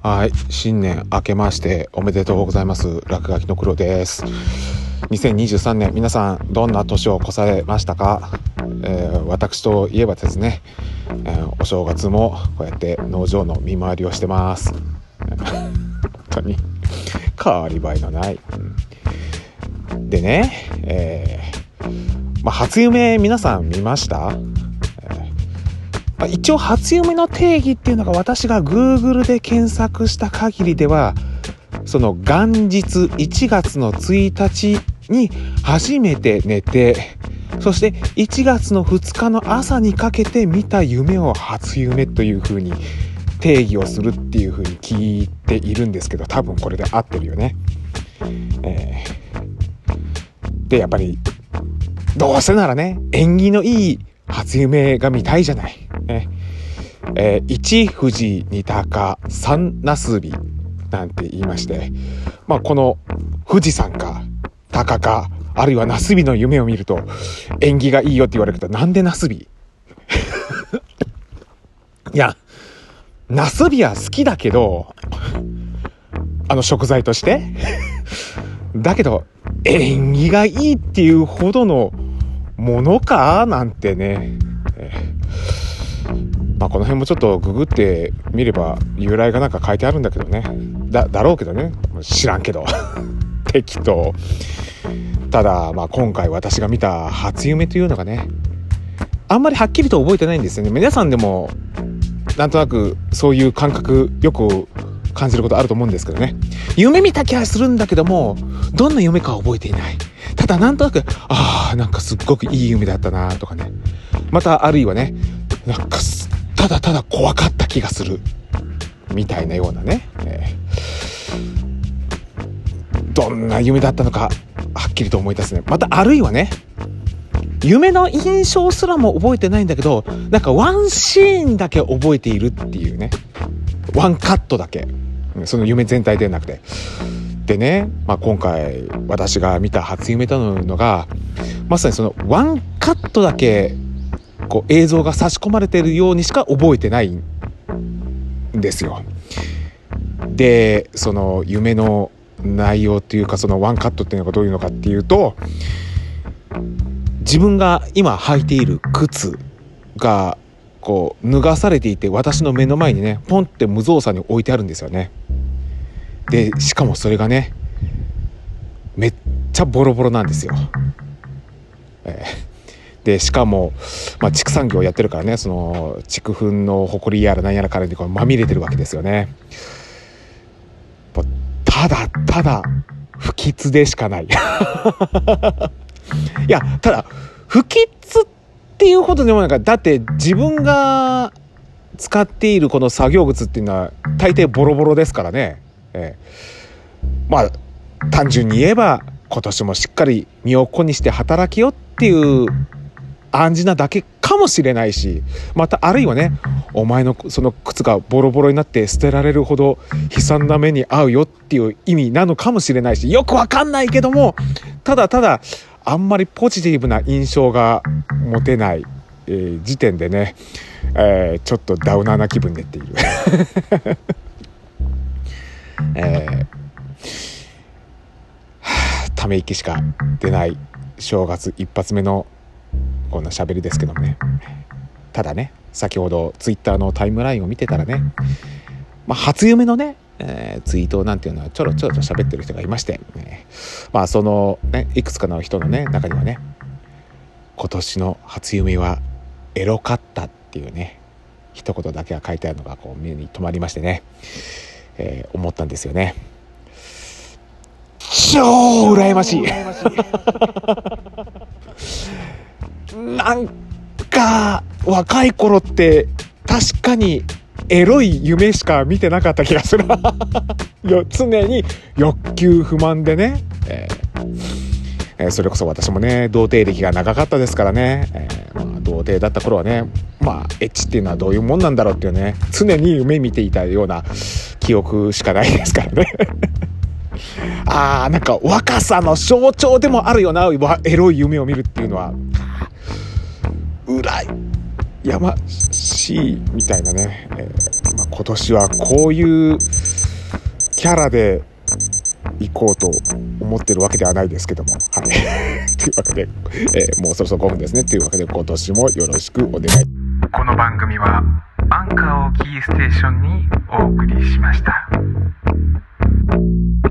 はい、新年明けましておめでとうございます。落書きの黒です。2023年、皆さんどんな年を越されましたか？私といえばですね、お正月もこうやって農場の見回りをしてます。本当に変わり映えのない、でね、初夢皆さん見ました？一応初夢の定義っていうのが、私が Google で検索した限りでは、その元日1月の1日に初めて寝て、そして1月の2日の朝にかけて見た夢を初夢というふうに定義をするっていうふうに聞いているんですけど、多分これで合ってるよね。でやっぱりどうせならね、縁起のいい初夢が見たいじゃない。一富士二鷹三なすびなんて言いまして、この富士山か鷹かあるいはなすびの夢を見ると縁起がいいよって言われると、なんでなすびいや、なすびは好きだけど、食材としてだけど縁起がいいっていうほどのものかなんてね、この辺もちょっとググってみれば由来がなんか書いてあるんだけどね、だろうけどね、知らんけど適当。ただ今回私が見た初夢というのがね、あんまりはっきりと覚えてないんですよね。皆さんでもなんとなくそういう感覚よく感じることあると思うんですけどね。夢見た気がするんだけども、どんな夢かは覚えていない。ただなんとなくなんかすっごくいい夢だったなとかね、またあるいはね、なんかただただ怖かった気がするみたいなようなね、どんな夢だったのかはっきりと思い出すね。またあるいはね、夢の印象すらも覚えてないんだけど、なんかワンシーンだけ覚えているっていうね、ワンカットだけ、その夢全体ではなくて。でね、今回私が見た初夢というのが、まさにそのワンカットだけこう映像が差し込まれているようにしか覚えてないんですよ。でその夢の内容というか、そのワンカットっていうのがどういうのかっていうと、自分が今履いている靴がこう脱がされていて、私の目の前にねポンって無造作に置いてあるんですよね。でしかもそれがねめっちゃボロボロなんですよ。でしかも、畜産業やってるからね、その畜糞の埃やら何やらからにこうまみれてるわけですよね。ただただ不吉でしかないいや、ただ不吉っていうほどでもなんか、だって自分が使っているこの作業靴っていうのは大抵ボロボロですからね。単純に言えば今年もしっかり身を粉にして働きよっていう暗示なだけかもしれないし、またあるいはね、お前のその靴がボロボロになって捨てられるほど悲惨な目に遭うよっていう意味なのかもしれないし、よくわかんないけども、ただただあんまりポジティブな印象が持てない、時点でね、ちょっとダウナーな気分でっているため息しか出ない正月一発目のこんな喋りですけどもね。ただね、先ほどツイッターのタイムラインを見てたらね、初夢のね、ツイートなんていうのはちょろちょろと喋ってる人がいまして、そのね、いくつかの人のね中にはね、今年の初夢はエロかったっていうね一言だけが書いてあるのがこう目に留まりましてね、思ったんですよね。超羨ましいなんか若い頃って確かにエロい夢しか見てなかった気がする常に欲求不満でね、それこそ私もね童貞歴が長かったですからね、童貞だった頃はね、エッチっていうのはどういうもんなんだろうっていうね、常に夢見ていたような記憶しかないですからねなんか若さの象徴でもあるよな、エロい夢を見るっていうのは。羨ましいみたいなね、今年はこういうキャラで行こうと思ってるわけではないですけども、はい。というわけで、もうそろそろ5分ですね。というわけで今年もよろしくお願い。この番組はアンカーをキーステーションにお送りしました。